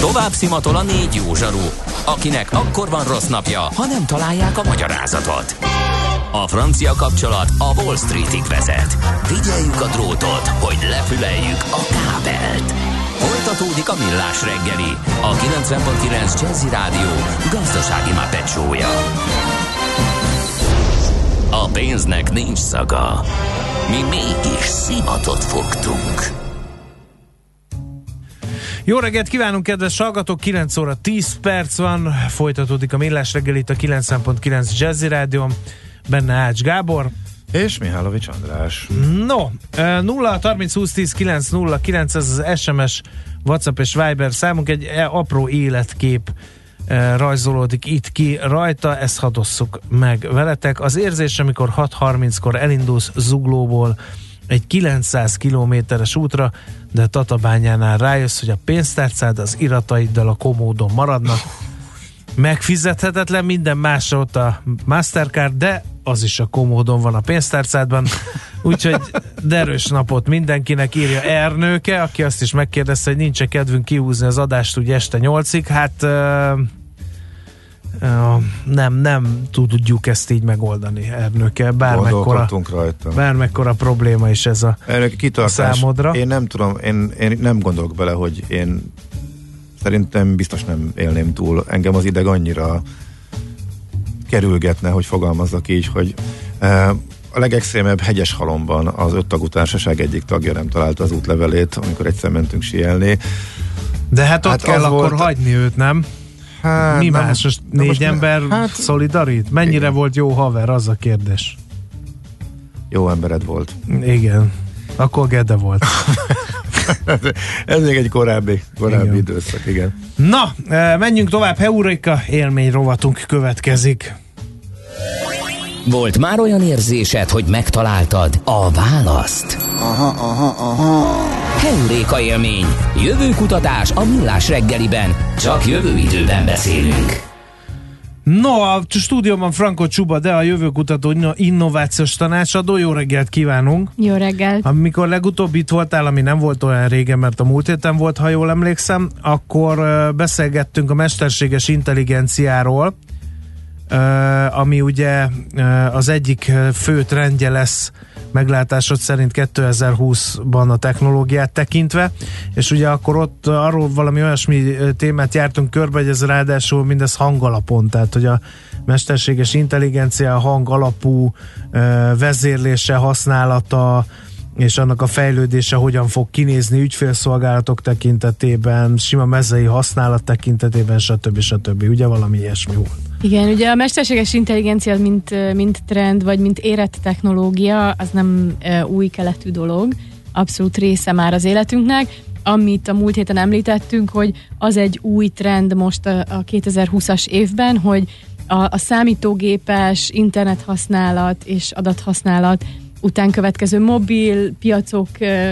Tovább szimatol a 4 jó zsaru, akinek akkor van rossz napja, ha nem találják a magyarázatot. A francia kapcsolat a Wall Streetig vezet. Figyeljük a drótot, hogy lefüleljük a kábelt. Folytatódik a Millás reggeli, a 90.9 Jazzy Rádió gazdasági Muppet show-ja. A pénznek nincs szaga. Mi mégis szimatot fogtunk. Jó reggelt kívánunk, kedves hallgatók! 9 óra 10 perc van, folytatódik a Millás reggel itt a 90.9 Jazzy Rádión, benne Ács Gábor. És Mihálovics András. No, 0 30 20 10 9 0 9, ez az SMS, WhatsApp és Viber számunk, egy apró életkép rajzolódik itt ki rajta, ezt hadosszuk meg veletek. Az érzés, amikor 6:30-kor elindulsz Zuglóból egy 900 kilométeres útra, de Tatabányánál rájössz, hogy a pénztárcád az irataiddal a komódon maradnak. Megfizethetetlen, minden másra ott a Mastercard, de az is a komódon van a pénztárcádban. Úgyhogy derős napot mindenkinek, írja Ernőke, aki azt is megkérdezte, hogy nincs-e kedvünk kihúzni az adást úgy este 8-ig. Hát nem tudjuk ezt így megoldani, Ernőke. Bármekkora probléma is ez a számodra. Én nem tudom, én nem gondolok bele, hogy én szerintem biztos nem élném túl. Engem az ideg annyira kerülgetne, hogy fogalmazzak így, hogy a legextrémebb hegyes halomban az 5 tagú társaság egyik tagja nem találta az útlevelét, amikor egyszer mentünk síelni. De hát ott kell akkor volt hagyni őt, nem? Hát, mi más? Most 4 ember szolidarít? Mennyire igen. Volt jó haver, az a kérdés. Jó embered volt. Igen. Akkor Gede volt. Ez még egy korábbi időszak, igen. Na, menjünk tovább. Heureka élmény rovatunk következik. Volt már olyan érzésed, hogy megtaláltad a választ? Aha. Heureka élmény. Jövőkutatás a Millás reggeliben. Csak jövő időben beszélünk. No, a stúdióban Franko Csuba, de a jövőkutató innovációs tanácsadó. Jó reggelt kívánunk! Jó reggelt! Amikor legutóbb itt voltál, ami nem volt olyan régen, mert a múlt héten volt, ha jól emlékszem, akkor beszélgettünk a mesterséges intelligenciáról, ami ugye az egyik fő trendje lesz meglátásod szerint 2020-ban a technológiát tekintve, és ugye akkor ott arról valami olyasmi témát jártunk körbe, hogy ez ráadásul mindez hangalapon, tehát hogy a mesterséges intelligencia hangalapú vezérlése, használata és annak a fejlődése hogyan fog kinézni ügyfélszolgálatok tekintetében, sima mezei használat tekintetében, stb. Ugye valami ilyesmi volt. Igen, ugye a mesterséges intelligencia mint trend, vagy mint érett technológia, az nem új keletű dolog, abszolút része már az életünknek. Amit a múlt héten említettünk, hogy az egy új trend most a 2020-as évben, hogy a számítógépes internethasználat és adathasználat után következő mobil piacok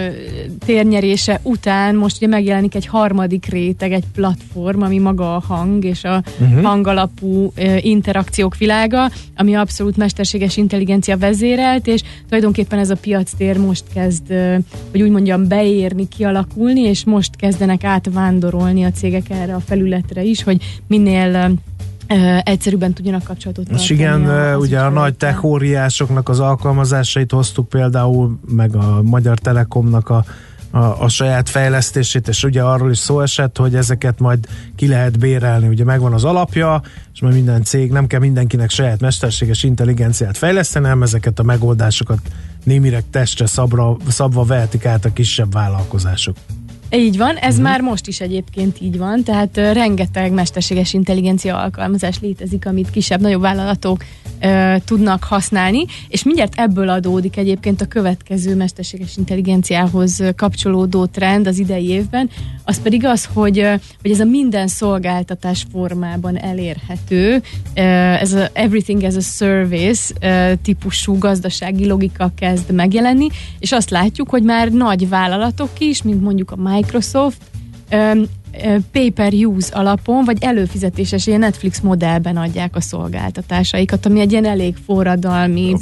térnyerése után most ugye megjelenik egy harmadik réteg, egy platform, ami maga a hang és a hangalapú interakciók világa, ami abszolút mesterséges intelligencia vezérelt, és tulajdonképpen ez a piactér most kezd, hogy úgy mondjam, beérni, kialakulni, és most kezdenek átvándorolni a cégek erre a felületre is, hogy minél egyszerűbben tudjanak kapcsolatot tartani. És igen, ugye a nagy tech óriásoknak az alkalmazásait hoztuk például, meg a Magyar Telekomnak a saját fejlesztését, és ugye arról is szó esett, hogy ezeket majd ki lehet bérelni. Ugye megvan az alapja, és majd minden cég, nem kell mindenkinek saját mesterséges intelligenciát fejleszteni, hanem ezeket a megoldásokat némileg testre szabva vehetik át a kisebb vállalkozások. Így van, ez már most is egyébként így van, tehát rengeteg mesterséges intelligencia alkalmazás létezik, amit kisebb-nagyobb vállalatok tudnak használni, és mindjárt ebből adódik egyébként a következő mesterséges intelligenciához kapcsolódó trend az idei évben, az pedig az, hogy ez a minden szolgáltatás formában elérhető, ez a everything as a service típusú gazdasági logika kezd megjelenni, és azt látjuk, hogy már nagy vállalatok is, mint mondjuk a Microsoft, pay-per-use alapon, vagy előfizetéses ilyen Netflix modellben adják a szolgáltatásaikat, ami egy ilyen elég forradalmi,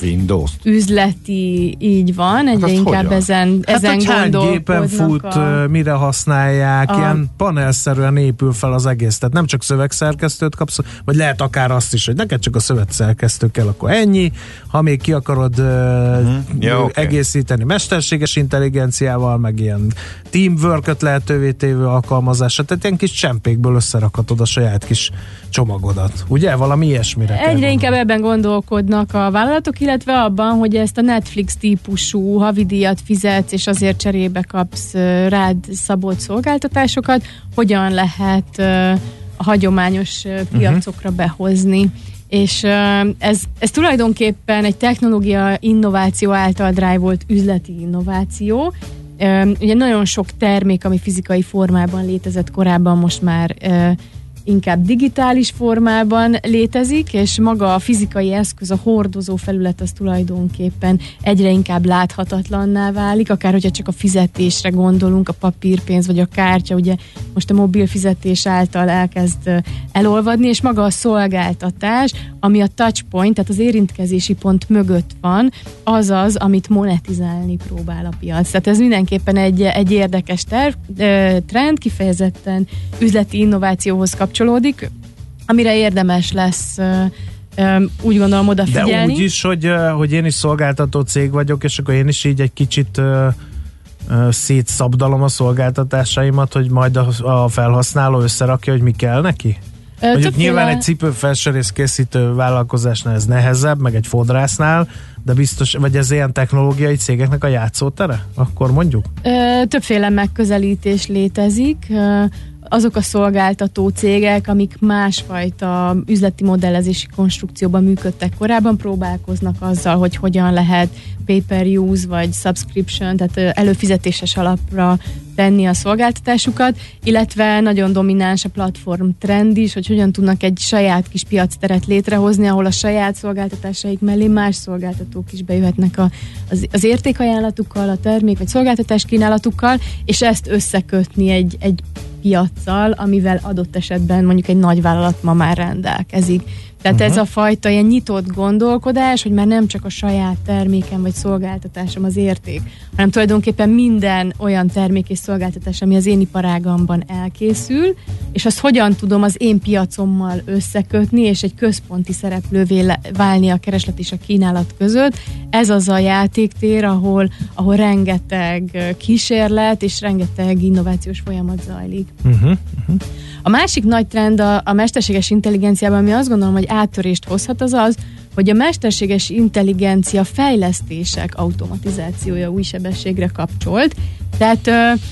üzleti, így van, egyre inkább ezen hány gépen fut, mire használják, ilyen panelszerűen épül fel az egész, tehát nem csak szövegszerkesztőt kapsz, vagy lehet akár azt is, hogy neked csak a szövegszerkesztő kell, akkor ennyi, ha még ki akarod egészíteni mesterséges intelligenciával, meg ilyen teamwork-öt lehetővé tévő alkalmazásra, tehát ilyen kis csempékből összerakhatod a saját kis csomagodat. Ugye? Valami ilyesmire egyre inkább ebben gondolkodnak a vállalatok, illetve abban, hogy ezt a Netflix típusú havidíjat fizetsz, és azért cserébe kapsz rád szabott szolgáltatásokat, hogyan lehet a hagyományos piacokra behozni. És ez tulajdonképpen egy technológia innováció által drive-olt üzleti innováció. Ugye nagyon sok termék, ami fizikai formában létezett korábban, most már inkább digitális formában létezik, és maga a fizikai eszköz, a hordozó felület az tulajdonképpen egyre inkább láthatatlanná válik, akár hogyha csak a fizetésre gondolunk, a papírpénz vagy a kártya, ugye most a mobil fizetés által elkezd elolvadni, és maga a szolgáltatás, ami a touchpoint, tehát az érintkezési pont mögött van, az az, amit monetizálni próbál a piac. Tehát ez mindenképpen egy érdekes trend, kifejezetten üzleti innovációhoz kapcsolódik, amire érdemes lesz úgy gondolom odafigyelni. De úgy is, hogy én is szolgáltató cég vagyok, és akkor én is így egy kicsit szétszabdalom a szolgáltatásaimat, hogy majd a felhasználó összerakja, hogy mi kell neki? Mondjuk nyilván egy cipőfelserés készítő vállalkozásnál ez nehezebb, meg egy fodrásznál, de biztos, vagy ez ilyen technológiai cégeknek a játszótere? Akkor mondjuk? Többféle megközelítés létezik. Azok a szolgáltató cégek, amik másfajta üzleti modellezési konstrukcióban működtek korábban, próbálkoznak azzal, hogy hogyan lehet pay-per-use vagy subscription, tehát előfizetéses alapra tenni a szolgáltatásukat, illetve nagyon domináns a platform trend is, hogy hogyan tudnak egy saját kis piacteret létrehozni, ahol a saját szolgáltatásaik mellé más szolgáltatók is bejöhetnek az értékajánlatukkal, a termék vagy szolgáltatás kínálatukkal, és ezt összekötni egy piaccal, amivel adott esetben mondjuk egy nagy vállalat ma már rendelkezik. Tehát ez a fajta ilyen nyitott gondolkodás, hogy már nem csak a saját termékem vagy szolgáltatásom az érték, hanem tulajdonképpen minden olyan termék és szolgáltatás, ami az én iparágamban elkészül, és azt hogyan tudom az én piacommal összekötni, és egy központi szereplővé válni a kereslet és a kínálat között. Ez az a játéktér, ahol rengeteg kísérlet és rengeteg innovációs folyamat zajlik. A másik nagy trend a mesterséges intelligenciában, ami azt gondolom, hogy áttörést hozhat, az, hogy a mesterséges intelligencia fejlesztések automatizációja új sebességre kapcsolt. Tehát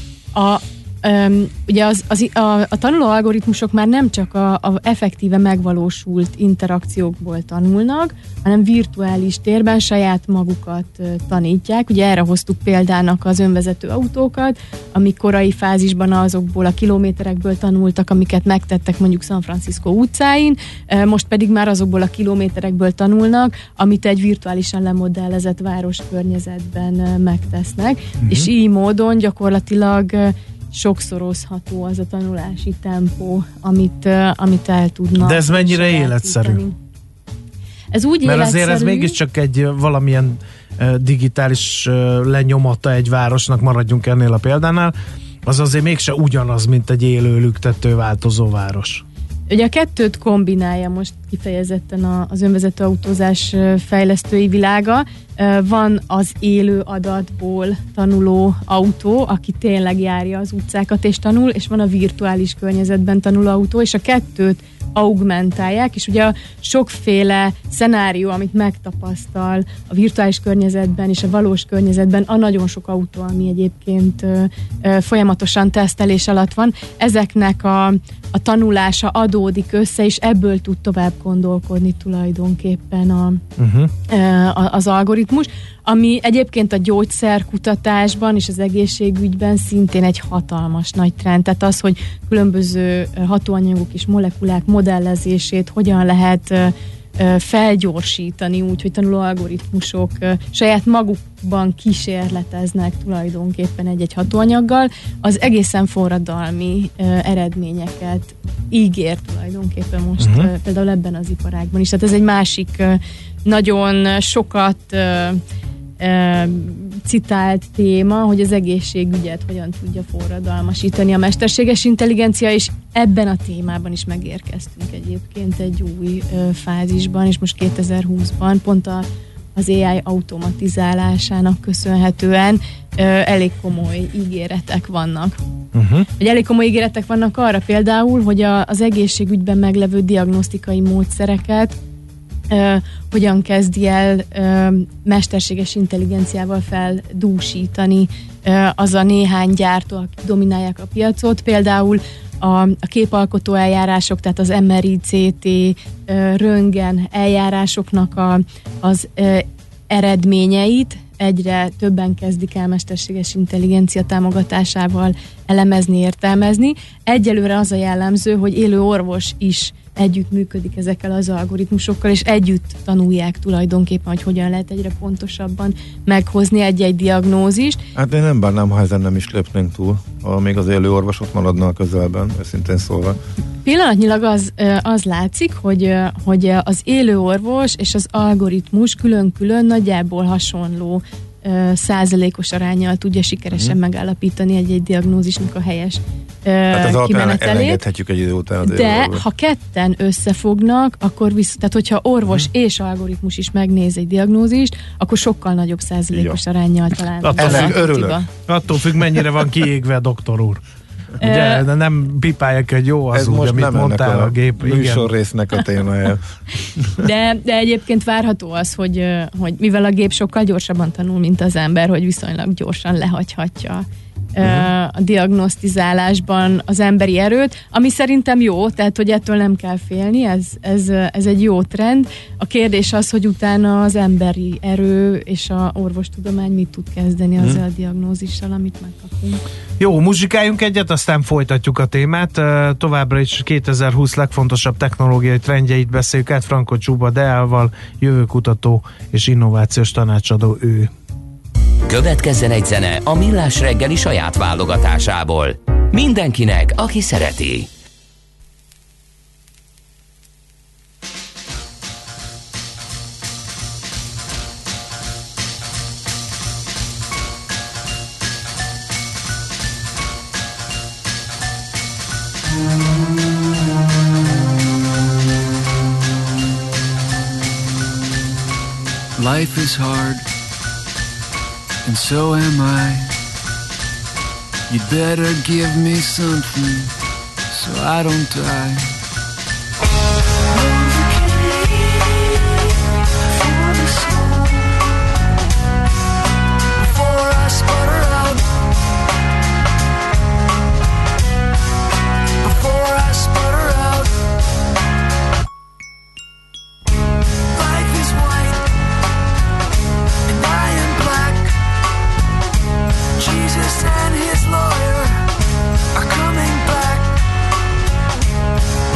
ugye a tanuló algoritmusok már nem csak a effektíve megvalósult interakciókból tanulnak, hanem virtuális térben saját magukat tanítják. Ugye erre hoztuk példának az önvezető autókat, amik korai fázisban azokból a kilométerekből tanultak, amiket megtettek mondjuk San Francisco utcáin, most pedig már azokból a kilométerekből tanulnak, amit egy virtuálisan lemodellezett városkörnyezetben megtesznek, és így módon gyakorlatilag sokszorozható az a tanulási tempó, amit el tudnak. De ez mennyire életszerű? Ez úgy mert életszerű. Azért ez mégiscsak egy valamilyen digitális lenyomata egy városnak, maradjunk ennél a példánál, az azért mégse ugyanaz, mint egy élő, lüktető, változó város. Ugye a kettőt kombinálja most kifejezetten az önvezető autózás fejlesztői világa. Van az élő adatból tanuló autó, aki tényleg járja az utcákat és tanul, és van a virtuális környezetben tanuló autó, és a kettőt augmentálják, és ugye a sokféle szenárió, amit megtapasztal a virtuális környezetben és a valós környezetben, a nagyon sok autó, ami egyébként folyamatosan tesztelés alatt van, ezeknek a tanulása adódik össze, és ebből tud tovább gondolkodni tulajdonképpen az algoritmus, ami egyébként a gyógyszerkutatásban és az egészségügyben szintén egy hatalmas nagy trend. Tehát az, hogy különböző hatóanyagok és molekulák modellezését hogyan lehet felgyorsítani úgy, hogy tanuló algoritmusok saját magukban kísérleteznek tulajdonképpen egy-egy hatóanyaggal, az egészen forradalmi eredményeket ígér tulajdonképpen most például ebben az iparágban is. Tehát ez egy másik nagyon sokat citált téma, hogy az egészségügyet hogyan tudja forradalmasítani a mesterséges intelligencia, és ebben a témában is megérkeztünk egyébként egy új fázisban, és most 2020-ban pont az AI automatizálásának köszönhetően elég komoly ígéretek vannak. Elég komoly ígéretek vannak arra például, hogy az egészségügyben meglevő diagnosztikai módszereket hogyan kezdi el mesterséges intelligenciával feldúsítani az a néhány gyártó, akik dominálják a piacot. Például a képalkotó eljárások, tehát az MRI, CT, röntgen eljárásoknak az eredményeit egyre többen kezdik el mesterséges intelligencia támogatásával elemezni, értelmezni. Egyelőre az a jellemző, hogy élő orvos is együtt működik ezekkel az algoritmusokkal, és együtt tanulják tulajdonképpen, hogy hogyan lehet egyre pontosabban meghozni egy-egy diagnózist. Hát én nem bánnám, ha ezen nem is lépnénk túl, ha még az élő orvosok maradna a közelben, őszintén szólva. Pillanatnyilag az látszik, hogy az élő orvos és az algoritmus külön-külön nagyjából hasonló százalékos aránnyal tudja sikeresen megállapítani egy diagnózisnak a helyes kimenetelét. Elengedhetjük egy idő után. De ha ketten összefognak, akkor tehát hogyha orvos és algoritmus is megnéz egy diagnózist, akkor sokkal nagyobb százalékos aránnyal találnak. Ennek örülök. Attól függ, mennyire van kiégve a doktor úr. Ugye, de nem pipálják, hogy jó az úgy, amit mondtál a gép. Műsorrésznek a témája. De egyébként várható az, hogy mivel a gép sokkal gyorsabban tanul, mint az ember, hogy viszonylag gyorsan lehagyhatja a diagnosztizálásban az emberi erőt, ami szerintem jó, tehát hogy ettől nem kell félni, ez egy jó trend. A kérdés az, hogy utána az emberi erő és a orvostudomány mit tud kezdeni azzal a diagnózissal, amit megkapunk. Jó, muzsikáljunk egyet, aztán folytatjuk a témát. Továbbra is 2020 legfontosabb technológiai trendjeit beszéljük át Franco Csuba Deával, jövőkutató és innovációs tanácsadó ő. Következzen egy zene a Millás reggeli saját válogatásából. Mindenkinek, aki szereti. Life is hard, and so am I. You'd better give me something so I don't die. Before I sputter out, before I sputter out. Life is white and I am black. Jesus and his lawyer are coming back.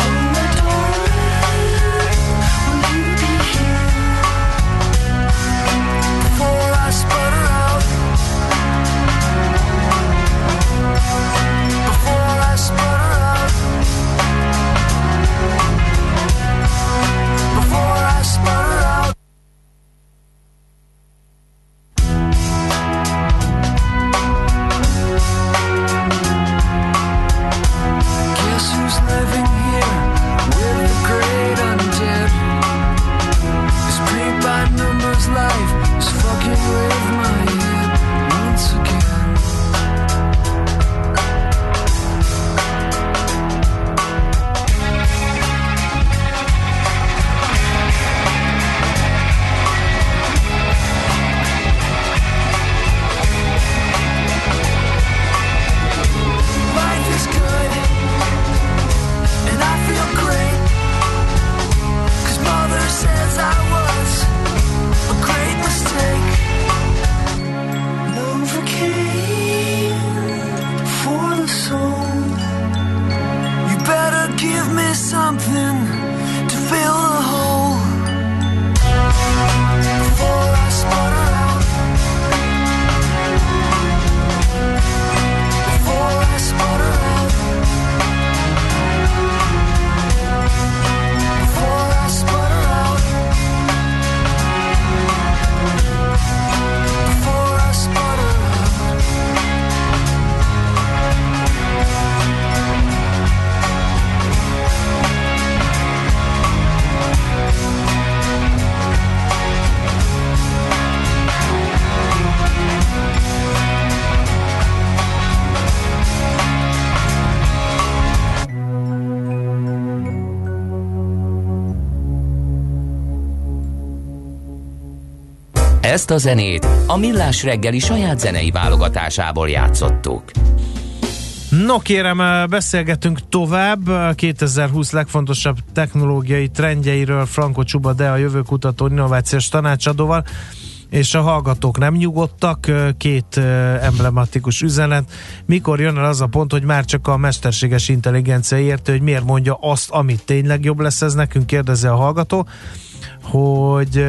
Ezt a zenét a Millás reggeli saját zenei válogatásából játszottuk. No kérem, beszélgetünk tovább 2020 legfontosabb technológiai trendjeiről Franko Csuba Dea jövőkutató innovációs tanácsadóval, és a hallgatók nem nyugodtak, két emblematikus üzenet. Mikor jön el az a pont, hogy már csak a mesterséges intelligencia érti, hogy miért mondja azt, amit tényleg jobb lesz ez nekünk, kérdezi a hallgató, hogy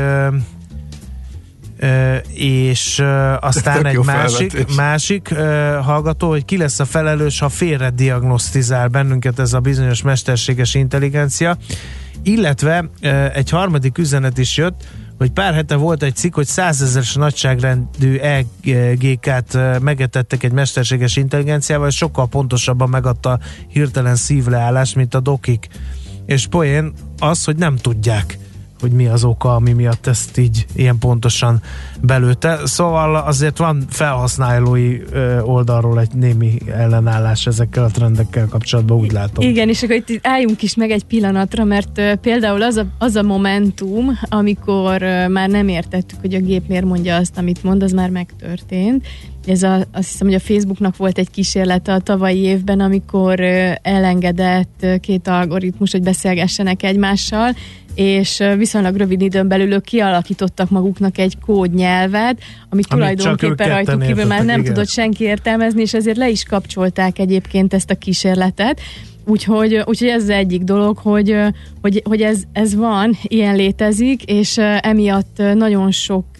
és aztán egy másik hallgató, hogy ki lesz a felelős, ha félre diagnosztizál bennünket ez a bizonyos mesterséges intelligencia, illetve egy harmadik üzenet is jött, hogy pár hete volt egy cikk, hogy 100 000-es nagyságrendű EGK-t megetettek egy mesterséges intelligenciával, és sokkal pontosabban megadta hirtelen szívleállást, mint a dokik. És poén az, hogy nem tudják, hogy mi az oka, ami miatt ezt így ilyen pontosan belőtte. Szóval azért van felhasználói oldalról egy némi ellenállás ezekkel a trendekkel kapcsolatban, úgy látom. Igen, és akkor itt álljunk is meg egy pillanatra, mert például az a momentum, amikor már nem értettük, hogy a gép miért mondja azt, amit mond, az már megtörtént. Azt hiszem, hogy a Facebooknak volt egy kísérlete a tavalyi évben, amikor elengedett két algoritmus, hogy beszélgessenek egymással, és viszonylag rövid időn belül ők kialakítottak maguknak egy kódnyelvet, amit tulajdonképpen rajtuk kívül már nem tudott senki értelmezni, és ezért le is kapcsolták egyébként ezt a kísérletet. Úgyhogy ez az egyik dolog, hogy ez van, ilyen létezik, és emiatt nagyon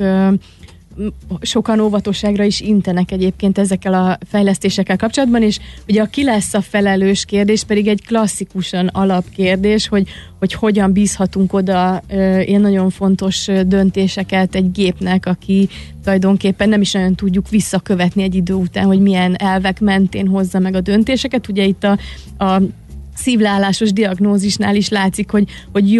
sokan óvatosságra is intenek egyébként ezekkel a fejlesztésekkel kapcsolatban, és ugye a ki lesz a felelős kérdés pedig egy klasszikusan alapkérdés, hogy hogyan bízhatunk oda ilyen nagyon fontos döntéseket egy gépnek, aki tulajdonképpen nem is nagyon tudjuk visszakövetni egy idő után, hogy milyen elvek mentén hozza meg a döntéseket. Ugye itt a szívleállásos diagnózisnál is látszik, hogy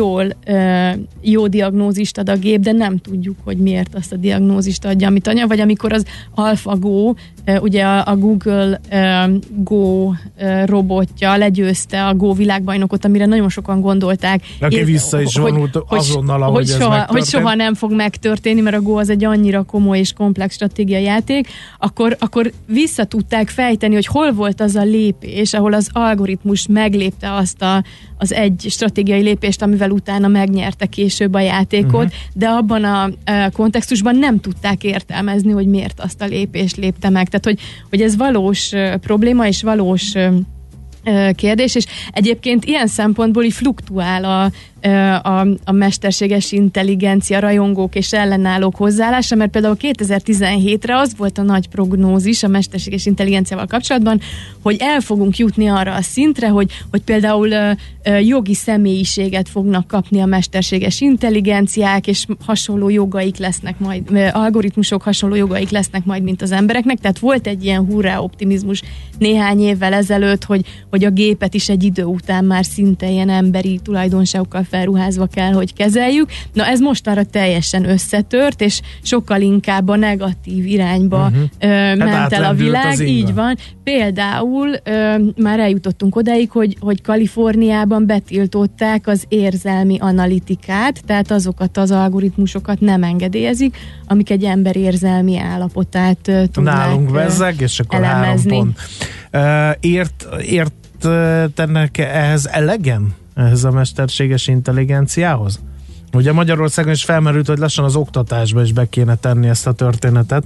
jó diagnózist ad a gép, de nem tudjuk, hogy miért azt a diagnózist adja, amit anya, vagy amikor az AlphaGo, ugye a Google Go robotja legyőzte a Go világbajnokot, amire nagyon sokan gondolták. Aki vissza is vonult azonnal, ahogy ez megtörtént. Hogy soha nem fog megtörténni, mert a Go az egy annyira komoly és komplex stratégiai játék, akkor vissza tudták fejteni, hogy hol volt az a lépés, ahol az algoritmus meglépte azt az egy stratégiai lépést, amivel utána megnyerte később a játékot, de abban a kontextusban nem tudták értelmezni, hogy miért azt a lépést lépte meg. Tehát, hogy ez valós probléma és valós kérdés, és egyébként ilyen szempontból így fluktuál a mesterséges intelligencia rajongók és ellenállók hozzáállása, mert például 2017-re az volt a nagy prognózis a mesterséges intelligenciával kapcsolatban, hogy el fogunk jutni arra a szintre, hogy például jogi személyiséget fognak kapni a mesterséges intelligenciák, és hasonló jogaik lesznek majd, algoritmusok hasonló jogaik lesznek majd, mint az embereknek, tehát volt egy ilyen hurrá optimizmus néhány évvel ezelőtt, hogy a gépet is egy idő után már szinte ilyen emberi tulajdonságokkal felruházva kell, hogy kezeljük. Na ez mostanra teljesen összetört, és sokkal inkább a negatív irányba ment el a világ. Így van. Például már eljutottunk odáig, hogy Kaliforniában betiltották az érzelmi analitikát, tehát azokat az algoritmusokat nem engedélyezik, amik egy ember érzelmi állapotát tudnák nálunk vezzeg, és akkor elemezni. 3 pont. Értenek ehhez elegen? Ehhez a mesterséges intelligenciához? Ugye Magyarországon is felmerült, hogy lassan az oktatásba is be kéne tenni ezt a történetet.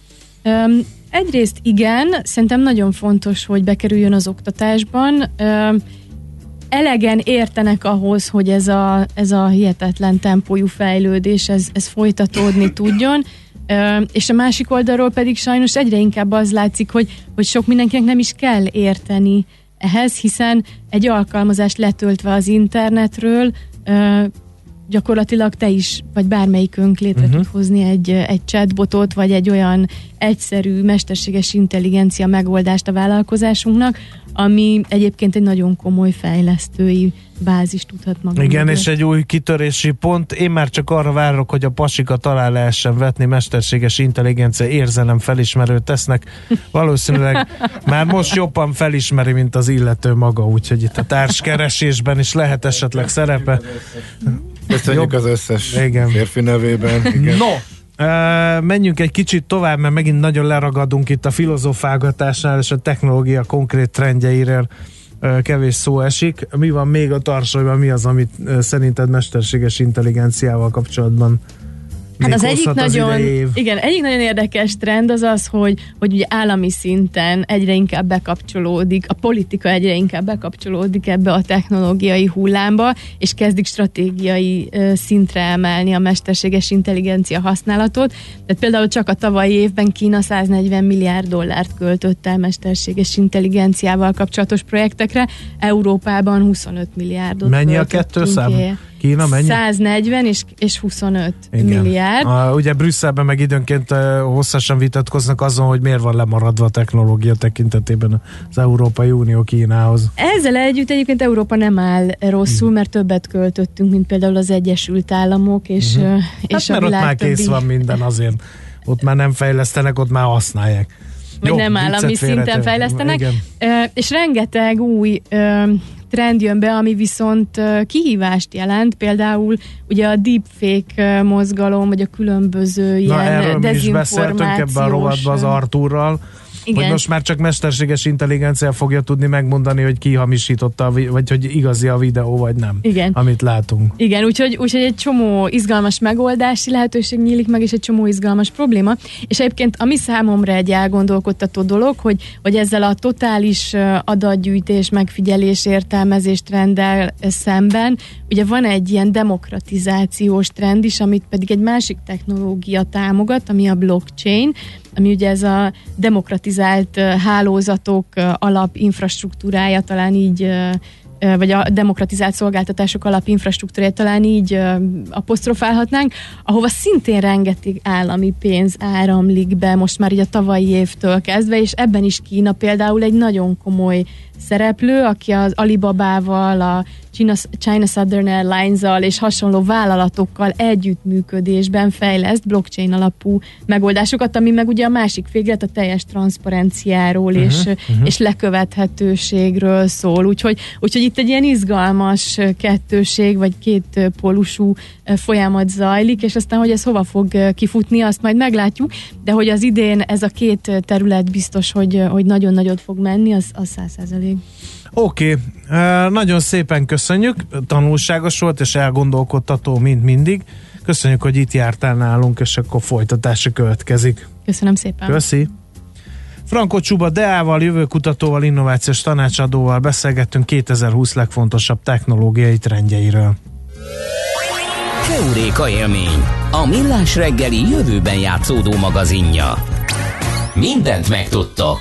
Egyrészt igen, szerintem nagyon fontos, hogy bekerüljön az oktatásban. Elegen értenek ahhoz, hogy ez a hihetetlen tempójú fejlődés, ez folytatódni tudjon. És a másik oldalról pedig sajnos egyre inkább az látszik, hogy sok mindenkinek nem is kell érteni ehhez, hiszen egy alkalmazást letöltve az internetről gyakorlatilag te is, vagy bármelyikünk létre tud hozni egy chatbotot, vagy egy olyan egyszerű mesterséges intelligencia megoldást a vállalkozásunknak, ami egyébként egy nagyon komoly fejlesztői bázis tudhat maga. Igen, és egy új kitörési pont. Én már csak arra várok, hogy a pasikat alá lehessen vetni mesterséges intelligencia érzelem felismerő tesznek. Valószínűleg már most jobban felismeri, mint az illető maga, úgyhogy itt a társkeresésben is lehet esetleg szerepe. Köszönjük az összes igen. férfi nevében. Igen. No, Menjünk egy kicsit tovább, mert megint nagyon leragadunk itt a filozofálgatásnál, és a technológia konkrét trendjeiről kevés szó esik. Mi van még a tarsolyban, mi az, amit szerinted mesterséges intelligenciával kapcsolatban hát az egyik nagyon érdekes trend az, hogy ugye állami szinten egyre inkább bekapcsolódik, a politika egyre inkább bekapcsolódik ebbe a technológiai hullámba, és kezdik stratégiai szintre emelni a mesterséges intelligencia használatot. Tehát például csak a tavalyi évben Kína $140 milliárd költött el mesterséges intelligenciával kapcsolatos projektekre, Európában 25 milliárdot. Mennyi a kettő szám? Kína mennyi? 140 és 25 milliárd. Ugye Brüsszelben meg időnként hosszasan vitatkoznak azon, hogy miért van lemaradva a technológia tekintetében az Európai Unió Kínához. Ezzel együtt Európa nem áll rosszul, mert többet költöttünk, mint például az Egyesült Államok, és hát mert ott már kész van minden azért. Ott már nem fejlesztenek, ott már használják. Vagy nem állami szinten fejlesztenek. És rengeteg új trend jön be, ami viszont kihívást jelent, például ugye a deepfake mozgalom, vagy a különböző ilyen dezinformációs... Erről is beszéltünk ebben a rovatban az Artúrral, hogy most már csak mesterséges intelligencia fogja tudni megmondani, hogy ki hamisította, vagy hogy igazi a videó, vagy nem, amit látunk. Igen, úgyhogy egy csomó izgalmas megoldási lehetőség nyílik meg, és egy csomó izgalmas probléma. És egyébként ami számomra egy elgondolkodtató dolog, hogy ezzel a totális adatgyűjtés, megfigyelés, értelmezés trenddel szemben, ugye van egy ilyen demokratizációs trend is, amit pedig egy másik technológia támogat, ami a blockchain, ami ugye ez a demokratizált hálózatok alapinfrastruktúrája, talán így, vagy a demokratizált szolgáltatások alapinfrastruktúrája, talán így apostrofálhatnánk, ahova szintén rengeteg állami pénz áramlik be most már így a tavalyi évtől kezdve, és ebben is Kína például egy nagyon komoly szereplő, aki az Alibabával, a China Southern Airlines-al és hasonló vállalatokkal együttműködésben fejleszt blockchain alapú megoldásokat, ami meg ugye a másik véglet a teljes transzparenciáról és lekövethetőségről szól. Úgyhogy itt egy ilyen izgalmas kettőség, vagy két pólusú folyamat zajlik, és aztán, hogy ez hova fog kifutni, azt majd meglátjuk, de hogy az idén ez a két terület biztos, hogy nagyon nagyot fog menni, az 100%. Oké, nagyon szépen köszönjük, tanulságos volt és elgondolkodtató, mint mindig. Köszönjük, hogy itt jártál nálunk, és akkor folytatása következik. Köszönöm szépen. Köszi. Franko Csuba Deával, jövőkutatóval, innovációs tanácsadóval beszélgettünk 2020 legfontosabb technológiai trendjeiről. Heuréka élmény, a Millás reggeli jövőben játszódó magazinja. Mindent megtudtok.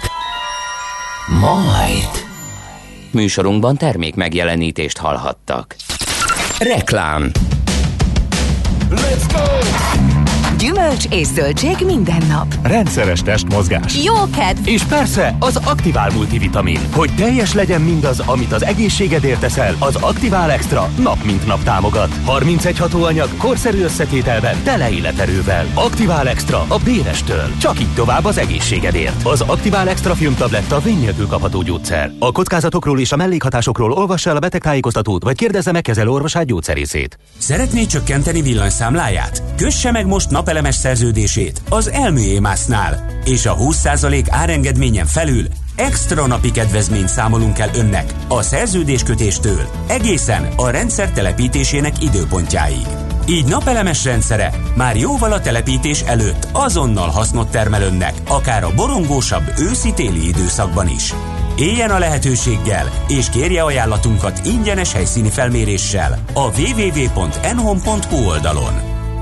Majd. Műsorunkban termék megjelenítést hallhattak. Reklám. Let's go! Gyümölcs és zöldség minden nap. Rendszeres testmozgás. Jó kedv! És persze az Aktivál multivitamin. Hogy teljes legyen mindaz, amit az egészségedért teszel, az Aktivál Extra nap mint nap támogat. 31 hatóanyag, korszerű összetételben, tele életerővel. Aktivál Extra a Bérestől. Csak így tovább az egészségedért. Az Aktivál Extra filmtabletta vény nélkül kapható gyógyszer. A kockázatokról és a mellékhatásokról olvassa el a betegtájékoztatót, vagy kérdezze meg kezelőorvosát, gyógyszerészét. Szeretné csökkenteni villanyszámláját? Kösse meg most napelemes szerződését az Elmű-Émásznál, és a 20% árengedményen felül extra napi kedvezményt számolunk el önnek a szerződéskötéstől egészen a rendszer telepítésének időpontjáig. Így napelemes rendszere már jóval a telepítés előtt azonnal hasznot termel önnek, akár a borongósabb őszi-téli időszakban is. Éljen a lehetőséggel, és kérje ajánlatunkat ingyenes helyszíni felméréssel a www.enhome.hu oldalon.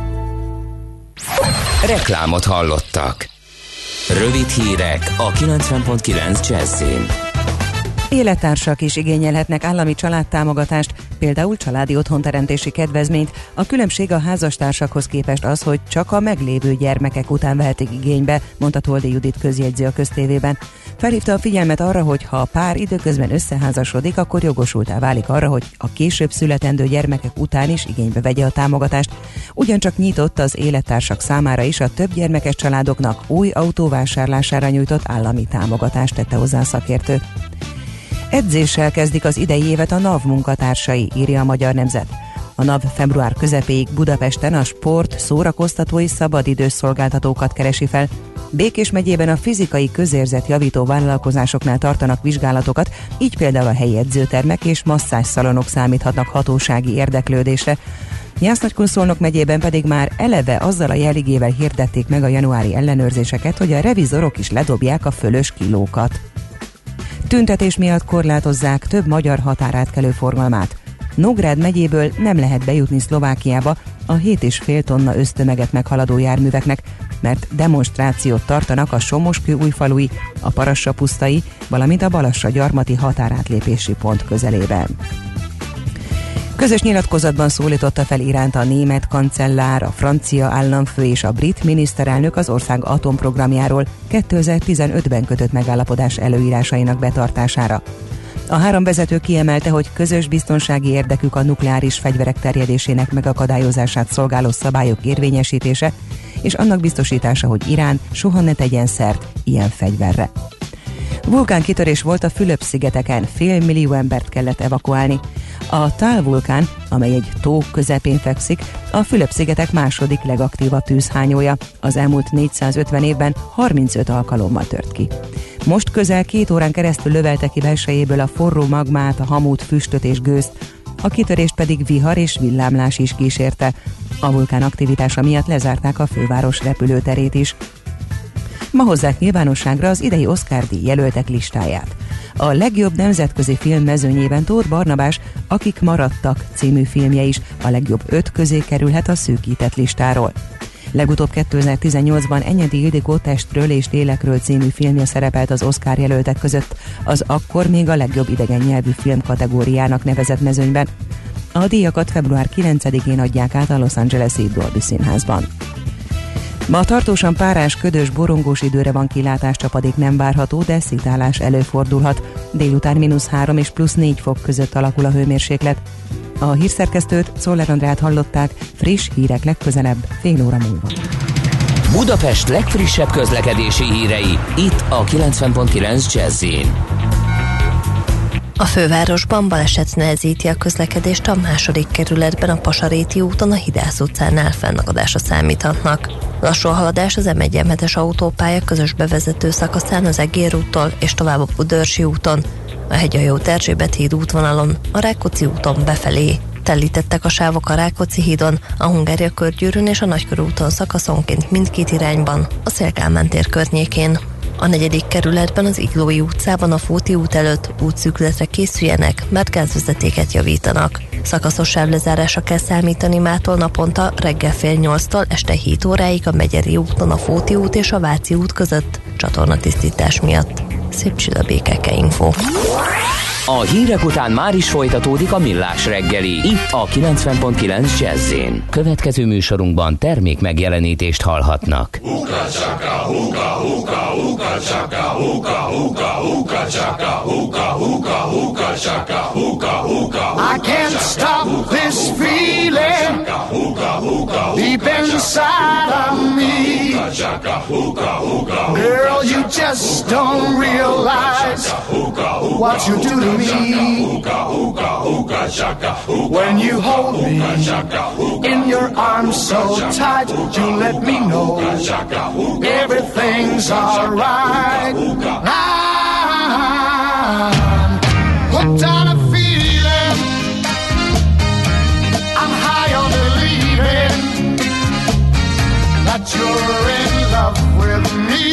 Reklámot hallottak. Rövid hírek a 90.9 Jazz-in. Élettársak is igényelhetnek állami családtámogatást, például családi otthonteremtési kedvezményt. A különbség a házastársakhoz képest az, hogy csak a meglévő gyermekek után vehetik igénybe, mondta Toldi Judit közjegyző a Köztévében. Felhívta a figyelmet arra, hogy ha a pár időközben összeházasodik, akkor jogosultá válik arra, hogy a később születendő gyermekek után is igénybe vegye a támogatást. Ugyancsak nyitott az élettársak számára is a több gyermekes családoknak új autó vásárlására nyújtott állami támogatást, tette hozzá a szakértő. Edzéssel kezdik az idei évet a NAV munkatársai, írja a Magyar Nemzet. A NAV február közepéig Budapesten a sport, szórakoztató és szabadidős szolgáltatókat keresi fel. Békés megyében a fizikai közérzet javító vállalkozásoknál tartanak vizsgálatokat, így például a helyi edzőtermek és masszázsszalonok számíthatnak hatósági érdeklődésre. Jász-Nagykun-Szolnok megyében pedig már eleve azzal a jelligével hirdették meg a januári ellenőrzéseket, hogy a revizorok is ledobják a fölös kilókat. Tüntetés miatt korlátozzák több magyar határátkelő forgalmát. Nógrád megyéből nem lehet bejutni Szlovákiába a 7,5 tonna össztömeget meghaladó járműveknek, mert demonstrációt tartanak a Somoskő-Újfalui, a Parassa-pusztai, valamint a Balassa-gyarmati határátlépési pont közelében. Közös nyilatkozatban szólította fel Iránt a német kancellár, a francia államfő és a brit miniszterelnök az ország atomprogramjáról 2015-ben kötött megállapodás előírásainak betartására. A három vezető kiemelte, hogy közös biztonsági érdekük a nukleáris fegyverek terjedésének megakadályozását szolgáló szabályok érvényesítése, és annak biztosítása, hogy Irán soha ne tegyen szert ilyen fegyverre. Vulkánkitörés volt a Fülöp-szigeteken, 500 000 embert kellett evakuálni. A Taal vulkán, amely egy tó közepén fekszik, a Fülöp-szigetek második legaktívabb tűzhányója. Az elmúlt 450 évben 35 alkalommal tört ki. Most közel 2 órán keresztül lövelte ki belsejéből a forró magmát, a hamut, füstöt és gőzt, a kitörést pedig vihar és villámlás is kísérte. A vulkán aktivitása miatt lezárták a főváros repülőterét is. Ma hozzák nyilvánosságra az idei Oscar-díj jelöltek listáját. A legjobb nemzetközi film mezőnyében Tóth Barnabás Akik maradtak című filmje is a legjobb 5 közé kerülhet a szűkített listáról. Legutóbb 2018-ban Enyedi Ildikó Testről és lélekről című filmje szerepelt az Oscar jelöltek között, az akkor még a legjobb idegen nyelvű film kategóriának nevezett mezőnyben. A díjakat február 9-én adják át a Los Angeles-i Dolby Színházban. Ma tartósan párás, ködös, borongós időre van kilátás, csapadék nem várható, de szitálás előfordulhat. Délután -3 és +4 fok között alakul a hőmérséklet. A hírszerkesztőt, Czoller Andrát hallották, friss hírek legközelebb, fél óra múlva. Budapest legfrissebb közlekedési hírei, itt a 90.9 Jazz-in. A fővárosban baleset nehezíti a közlekedést a 2. kerületben, a Pasaréti úton, a Hidász utcánál fennakadásra számíthatnak. Lassú a haladás az M1-es autópálya közös bevezető szakaszán az Egér úttól és tovább a Budörsi úton, a Hegyalja Erzsébet híd útvonalon, a Rákóczi úton befelé. Telítettek a sávok a Rákóczi hídon, a Hungária körgyűrűn és a Nagykörúton szakaszonként mindkét irányban, a Széll-Kálmán tér környékén. A 4. kerületben az Iglói utcában a Fóti út előtt útszűkületre készüljenek, mert gázvezetéket javítanak. Szakaszos sávlezárásra kell számítani mától naponta reggel fél 8-tól este 7 óráig a Megyeri úton a Fóti út és a Váci út között csatornatisztítás miatt. Szép csilla Békeke Info. A hírek után már is folytatódik a Millás reggeli, itt a 90.9 Jazz-én. Következő műsorunkban termék megjelenítést hallhatnak. I can't stop this feeling deep inside of me. Girl, you just don't realize what you do to me. When you hold me in your arms so tight, you let me know everything's alright. I'm hooked on a feeling, I'm high on believing that you're in love with me.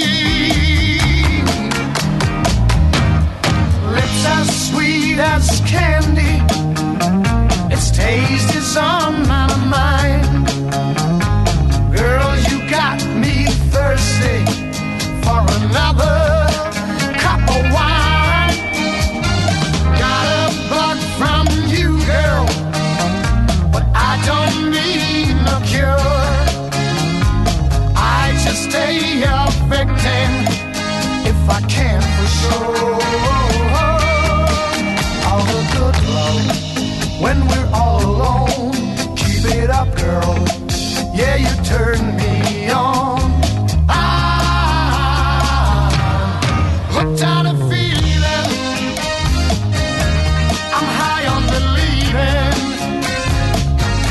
Lips as sweet as candy, its taste is on my mind. Girl, you got me thirsty for another cup of wine. Got a bug from you, girl, but I don't need no cure. I just stay a victim if I can for sure. All the good love when we're all alone. Keep it up, girl. Yeah, you turn me on. I'm hooked on a feeling, I'm high on believing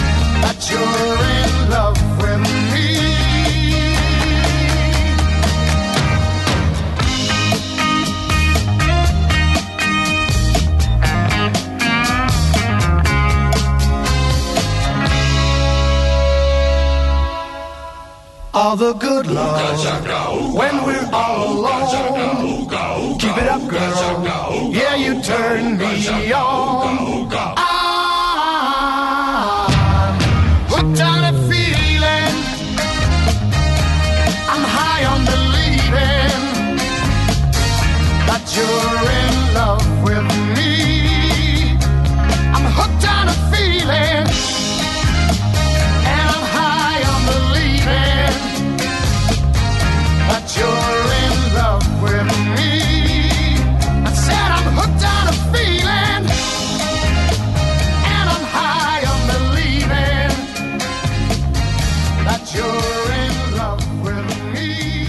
all the good love. When we're all alone, keep it up, girl. Yeah, you turn me on. I'm hooked on a feeling. I'm high on believing that you're in love with me. I'm hooked on a feeling, and I'm high on believing that you're in love with me. I said I'm hooked on a feeling, and I'm high on believing that you're in love with me.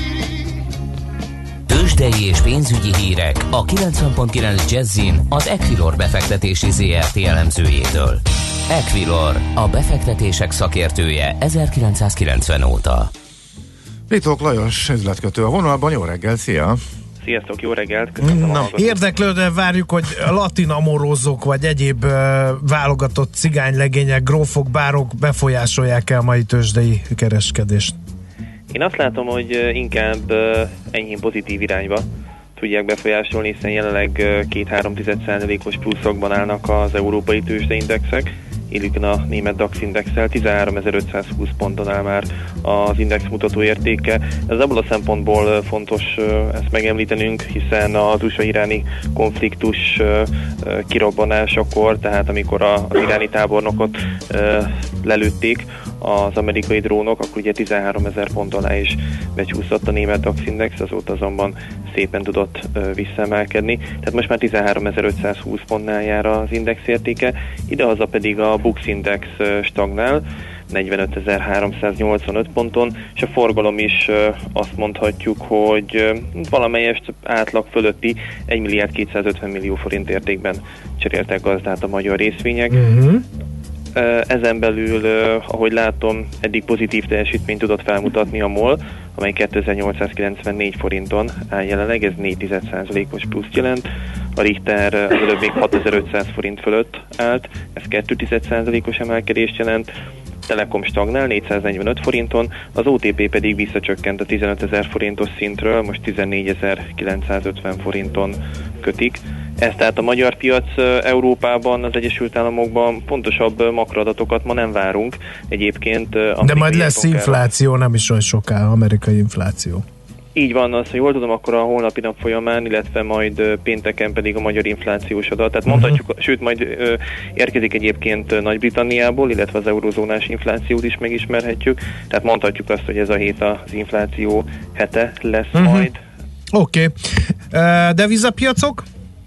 Tőzsdei és pénzügyi hírek a 90.9 Jazzin az Equilor befektetési ZRT elemzőjétől. Equilor, a befektetések szakértője 1990 óta. Ritók Lajos, üzletkötő a vonalban, jó reggel, szia! Sziasztok, jó reggelt! Köszönöm. Érdeklődően várjuk, hogy latin amorózok vagy egyéb válogatott cigánylegények, grófok, bárok befolyásolják el a mai tőzsdei kereskedést. Én azt látom, hogy inkább enyhén pozitív irányba tudják befolyásolni, hiszen jelenleg 2-3% pluszokban állnak az európai tőzsdeindexek, illetve a német DAX indexel 13.520 ponton áll már az index mutató értéke. Ez abból a szempontból fontos ezt megemlítenünk, hiszen az USA-iráni konfliktus kirobbanásakor, tehát amikor az iráni tábornokot lelőtték az amerikai drónok, akkor ugye 13.000 pont alá is becsúszott a német DAX index, azóta azonban szépen tudott visszaemelkedni. Tehát most már 13.520 pontnál jár az index értéke, idehaza pedig a Bux Index stagnál 45.385 ponton, és a forgalom is azt mondhatjuk, hogy valamelyest átlag fölötti 1 milliárd 250 millió forint értékben cseréltek gazdát a magyar részvények. Ezen belül, ahogy látom, eddig pozitív teljesítményt tudott felmutatni a MOL, amely 2894 forinton áll jelenleg, ez 4,1%-os pluszt jelent. A Richter az előbb még 6500 forint fölött állt, ez 2,1%-os emelkedést jelent. Telekom stagnál 445 forinton, az OTP pedig visszacsökkent a 15.000 forintos szintről, most 14.950 forinton kötik. Ez tehát a magyar piac. Európában, az Egyesült Államokban pontosabb makroadatokat ma nem várunk. Egyébként... De majd lesz infláció, nem is olyan soká, amerikai infláció. Így van, azt, ha jól tudom, akkor a holnapi nap folyamán, illetve majd pénteken pedig a magyar inflációs adat. Tehát mondhatjuk, sőt majd érkezik egyébként Nagy-Britanniából, illetve az eurozónás inflációt is megismerhetjük. Tehát mondhatjuk azt, hogy ez a hét az infláció hete lesz majd. Oké. Devizapiacok?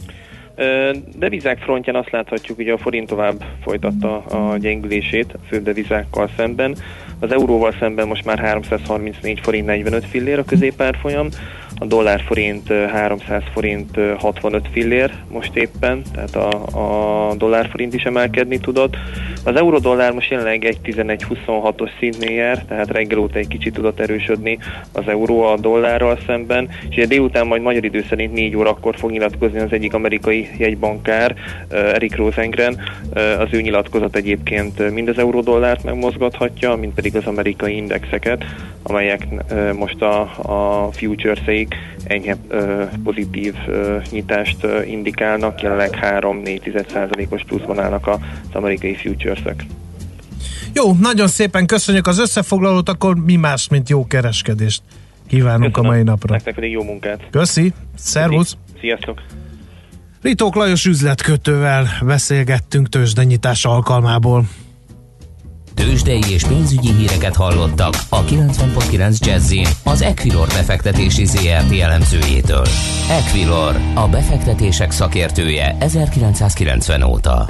Devizák frontján azt láthatjuk, hogy a forint tovább folytatta a gyengülését a fő devizákkal szemben. Az euróval szemben most már 334 forint 45 fillér a középárfolyam, a dollár forint 300 forint 65 fillér most éppen, tehát a dollár forint is emelkedni tudott. Az euró-dollár most jelenleg 1.1126-os szintnél jár, tehát reggel óta egy kicsit tudott erősödni az euró a dollárral szemben, és ugye délután majd magyar idő szerint 4 órakor fog nyilatkozni az egyik amerikai jegybankár, Eric Rosengren. Az ő nyilatkozat egyébként mind az euró-dollárt megmozgathatja, mind pedig az amerikai indexeket, amelyek most a futureseik enyhe pozitív nyitást indikálnak, jelenleg 3-4%-os pluszban állnak az amerikai futuresek. Jó, nagyon szépen köszönjük az összefoglalót, akkor mi más, mint jó kereskedést kívánunk. Köszönöm a mai napra. Nektek pedig jó munkát. Köszi, szervusz. Sziasztok. Ritók Lajos üzletkötővel beszélgettünk tőzsdenyítás alkalmából. Tőzsdei és pénzügyi híreket hallottak a 90.9 Jazzin az Equilor befektetési ZRT elemzőjétől. Equilor, a befektetések szakértője 1990 óta.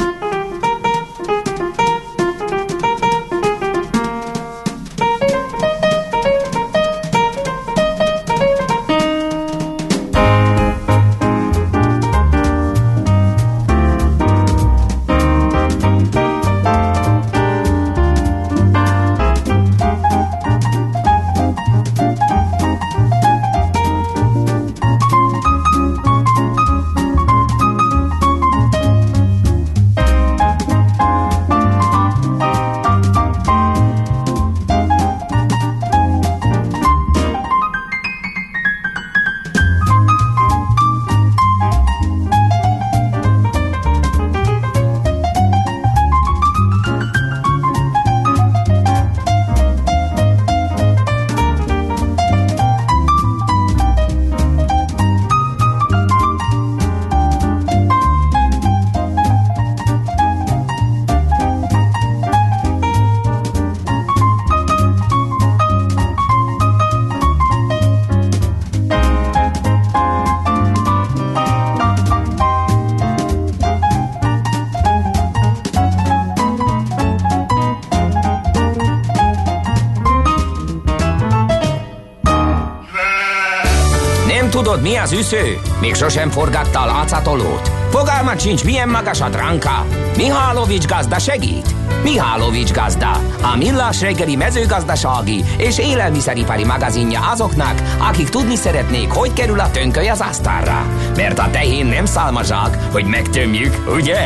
Tudod, mi az üsző? Még sosem forgatta a látszatolót? Fogalmat sincs, milyen magas a dránka? Mihálovics gazda segít? Mihálovics gazda, a millás reggeli mezőgazdasági és élelmiszeripari magazinja azoknak, akik tudni szeretnék, hogy kerül a tönköly az asztalra. Mert a tehén nem szálmazsák, hogy megtömjük, ugye?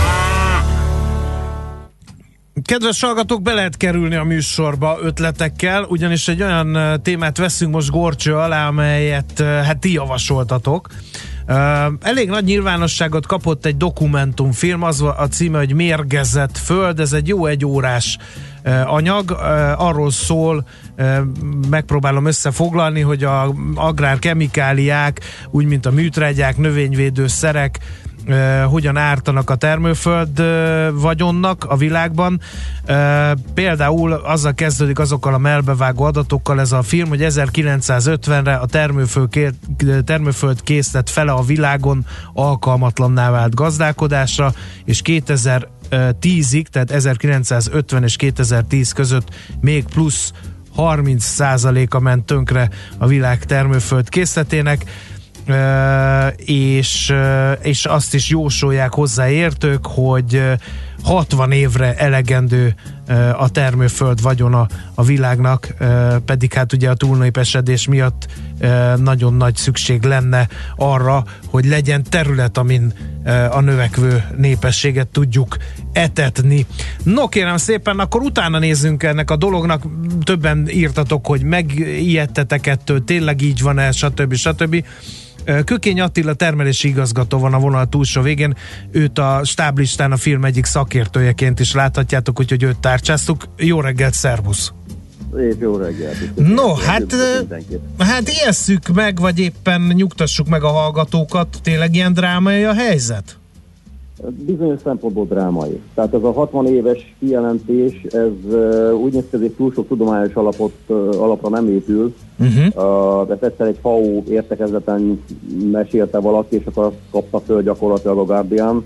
Kedves hallgatók, be lehet kerülni a műsorba ötletekkel, ugyanis egy olyan témát veszünk most górcső alá, amelyet hát ti javasoltatok. Elég nagy nyilvánosságot kapott egy dokumentumfilm, az a címe, hogy Mérgezett föld, ez egy jó egyórás anyag, arról szól, megpróbálom összefoglalni, hogy a agrárkemikáliák, úgy mint a műtrágyák, növényvédőszerek hogyan ártanak a termőföld vagyonnak a világban. Például azzal kezdődik, azokkal a melbevágó adatokkal ez a film, hogy 1950-re a termőföld készlet fele a világon alkalmatlanná vált gazdálkodásra, és 2010-ig, tehát 1950 és 2010 között még plusz 30%-a ment tönkre a világ termőföld készletének, és azt is jósolják hozzáértők, hogy 60 évre elegendő a termőföld vagyona a világnak, pedig hát ugye a túlnépesedés miatt nagyon nagy szükség lenne arra, hogy legyen terület, amin a növekvő népességet tudjuk etetni. No, kérem szépen, akkor utána nézzünk ennek a dolognak. Többen írtatok, hogy megijedtetek ettől, tényleg így van-e, stb. Kökény Attila termelési igazgató van a vonal túlsó végén, őt a stáblistán a film egyik szakértőjeként is láthatjátok, úgyhogy őt tárcsáztuk. Jó reggelt, szervusz! Jó reggelt! No, hát ijesszük meg, vagy éppen nyugtassuk meg a hallgatókat, tényleg ilyen drámai a helyzet? Bizonyos szempontból drámai. Tehát ez a 60 éves kijelentés, ez úgy néz ki, hogy túl sok tudományos alapra nem épül. De egyszer egy FAO értekezleten mesélte valaki, és akkor azt kapta föl gyakorlatilag a Guardian.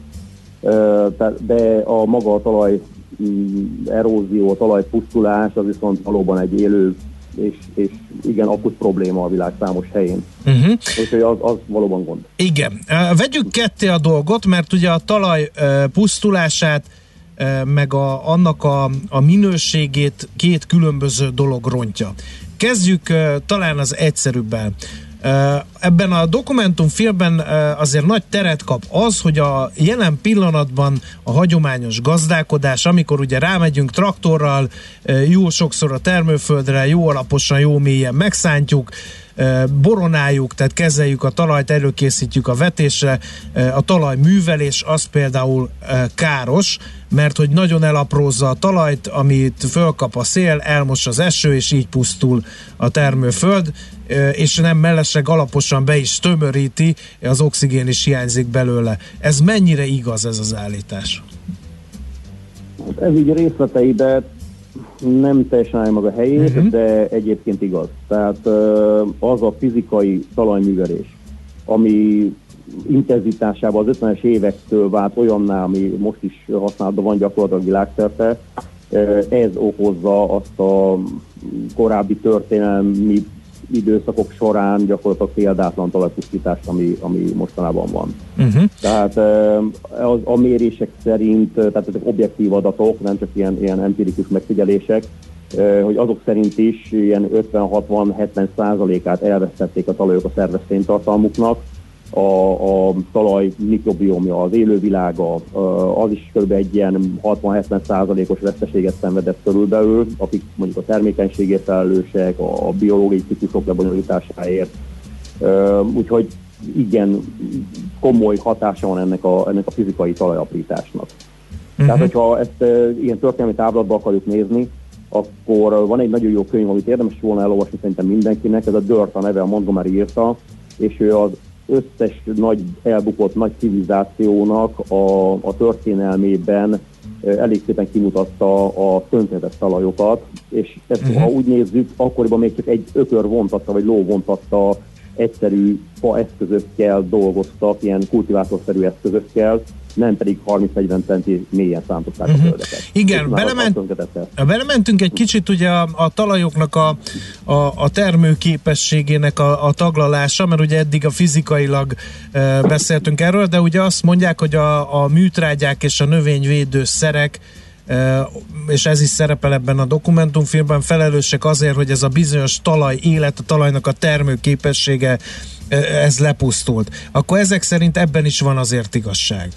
De a maga a talaj erózió, a talajpusztulás, az viszont valóban egy élő és igen, akut probléma a világ számos helyén. Úgyhogy az valóban gond. Igen. Vegyük ketté a dolgot, mert ugye a talaj pusztulását meg annak a minőségét két különböző dolog rontja. Kezdjük talán az egyszerűbben. Ebben a dokumentumfilmben azért nagy teret kap az, hogy a jelen pillanatban a hagyományos gazdálkodás, amikor ugye rámegyünk traktorral, jó sokszor a termőföldre, jó alaposan, jó mélyen megszántjuk, boronáljuk, tehát kezeljük a talajt, előkészítjük a vetésre, a talajművelés az például káros, mert hogy nagyon elaprózza a talajt, amit fölkap a szél, elmos az eső, és így pusztul a termőföld, és nem mellesleg alaposan be is tömöríti, az oxigén is hiányzik belőle. Ez mennyire igaz, ez az állítás? Ez így részleteiben nem teljesen állja meg a helyét, de egyébként igaz. Tehát az a fizikai talajművelés, ami intenzitásában az 50-es évektől vált olyanná, ami most is használatban van gyakorlatilag világszerte, ez okozza azt a korábbi történelmi időszakok során gyakorlatilag példátlan talajpusztítást, ami mostanában van. Tehát a mérések szerint, tehát ezek objektív adatok, nem csak ilyen empirikus megfigyelések, hogy azok szerint is ilyen 50-60-70%-át elvesztették a talajok a szerves széntartalmuknak, a talaj mikrobiomja, az élővilága, az is kb. Egy ilyen 60-70%-os veszteséget szenvedett körülbelül, akik mondjuk a termékenységért felelősek, a biológiai ciklusok lebonyolításáért. Úgyhogy igen, komoly hatása van ennek a fizikai talajaprításnak. Tehát, hogyha ezt ilyen történelmi távlatba akarjuk nézni, akkor van egy nagyon jó könyv, amit érdemes volna elolvasni szerintem mindenkinek, ez a Dirt a neve, a Montgomery írta, és ő az összes nagy elbukott nagy civilizációnak a történelmében elég szépen kimutatta a tönkretett talajokat, és ezt ha úgy nézzük, akkoriban még csak egy ökör vontatta, vagy ló vontatta, egyszerű fa eszközökkel dolgoztak, ilyen kultivátorszerű eszközökkel, nem pedig 30-40 centi mélyen szántották a földeket. Igen, belementünk egy kicsit ugye a talajoknak a termőképességének a taglalása, mert ugye eddig a fizikailag beszéltünk erről, de ugye azt mondják, hogy a műtrágyák és a növényvédőszerek, és ez is szerepel ebben a dokumentumfilmben, felelősek azért, hogy ez a bizonyos talaj élet, a talajnak a termőképessége, ez lepusztult. Akkor ezek szerint ebben is van azért igazság.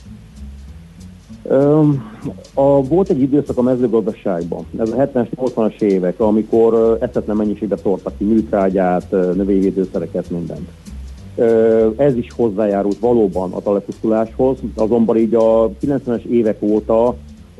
Volt egy időszak a mezőgazdaságban, ez a 70-es, 80-as évek, amikor eszetlen mennyiségbe szórtak ki műtrágyát, növényvédőszereket, mindent. Ez is hozzájárult valóban a talajpusztuláshoz, azonban így a 90-es évek óta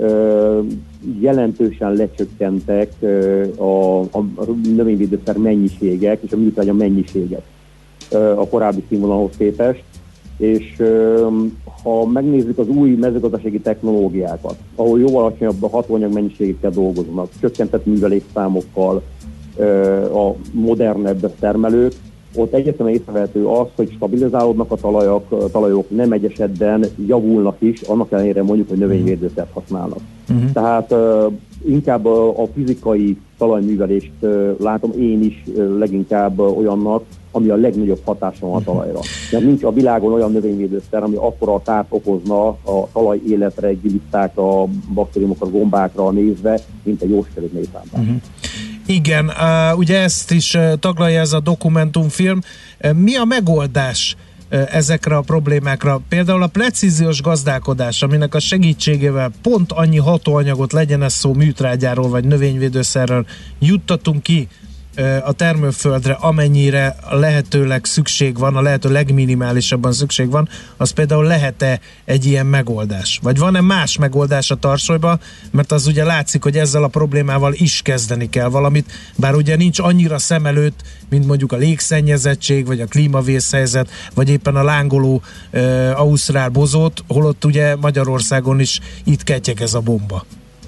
jelentősen lecsökkentek a növényvédőszer mennyiségek és a műtrágya mennyiségek a korábbi színvonalhoz képest, és ha megnézzük az új mezőgazdasági technológiákat, ahol jóval alacsonyabb a hatóanyag mennyiségekkel dolgoznak, csökkentett művelésszámokkal, a modernebb termelők, ott egyértelműen észrevehető az, hogy stabilizálódnak a talajok nem egy esetben javulnak is, annak ellenére mondjuk, hogy növényvédőszert használnak. Tehát inkább a fizikai talajművelést látom én is leginkább olyannak, ami a legnagyobb hatása van a talajra. Mert nincs a világon olyan növényvédőszer, ami akkora kárt okozna a talaj életre, gilisztákra, baktériumokra, gombákra nézve, mint egy jóskerült mélyszámban. Igen, ugye ezt is taglalja ez a dokumentumfilm. Mi a megoldás ezekre a problémákra? Például a precíziós gazdálkodás, aminek a segítségével pont annyi hatóanyagot, legyen ez szó műtrágyáról vagy növényvédőszerről, juttatunk ki a termőföldre, amennyire lehetőleg szükség van, a lehető legminimálisabban szükség van, az például lehet-e egy ilyen megoldás? Vagy van-e más megoldás a tarsolyban? Mert az ugye látszik, hogy ezzel a problémával is kezdeni kell valamit, bár ugye nincs annyira szem előtt, mint mondjuk a légszennyezettség, vagy a klímavészhelyzet, vagy éppen a lángoló ausztrál bozót, holott ugye Magyarországon is itt ketyeg ez a bomba.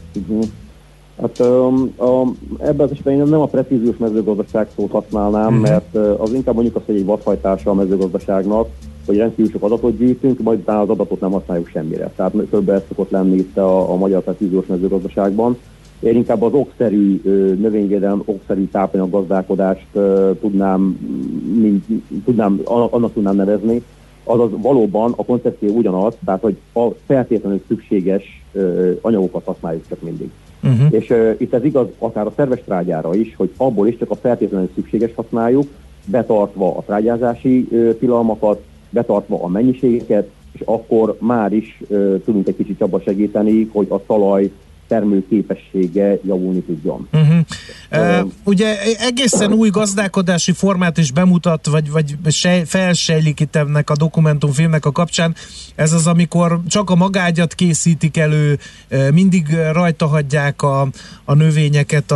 Hát ebben az esetben én nem a precíziós mezőgazdaság szót használnám, mert az inkább mondjuk azt, hogy egy vadhajtása a mezőgazdaságnak, hogy rendkívül sok adatot gyűjtünk, majd utána az adatot nem használjuk semmire. Tehát kb. Ez szokott lenni itt a magyar precíziós mezőgazdaságban. Én inkább az okszerű növényvédelem, okszerű tápanyaggazdálkodást annak tudnám nevezni, azaz valóban a koncepció ugyanaz, tehát hogy a feltétlenül szükséges anyagokat használjuk csak mindig. És itt ez igaz akár a szerves trágyára is, hogy abból is csak a feltétlenül szükséges használjuk, betartva a trágyázási tilalmakat, betartva a mennyiségeket, és akkor már is tudunk egy kicsit abban segíteni, hogy a talaj termőképessége javulni tudjon. Ugye egészen új gazdálkodási formát is bemutat, vagy felsejlik itt ennek a dokumentumfilmnek a kapcsán. Ez az, amikor csak a magágyat készítik elő, mindig rajta hagyják a növényeket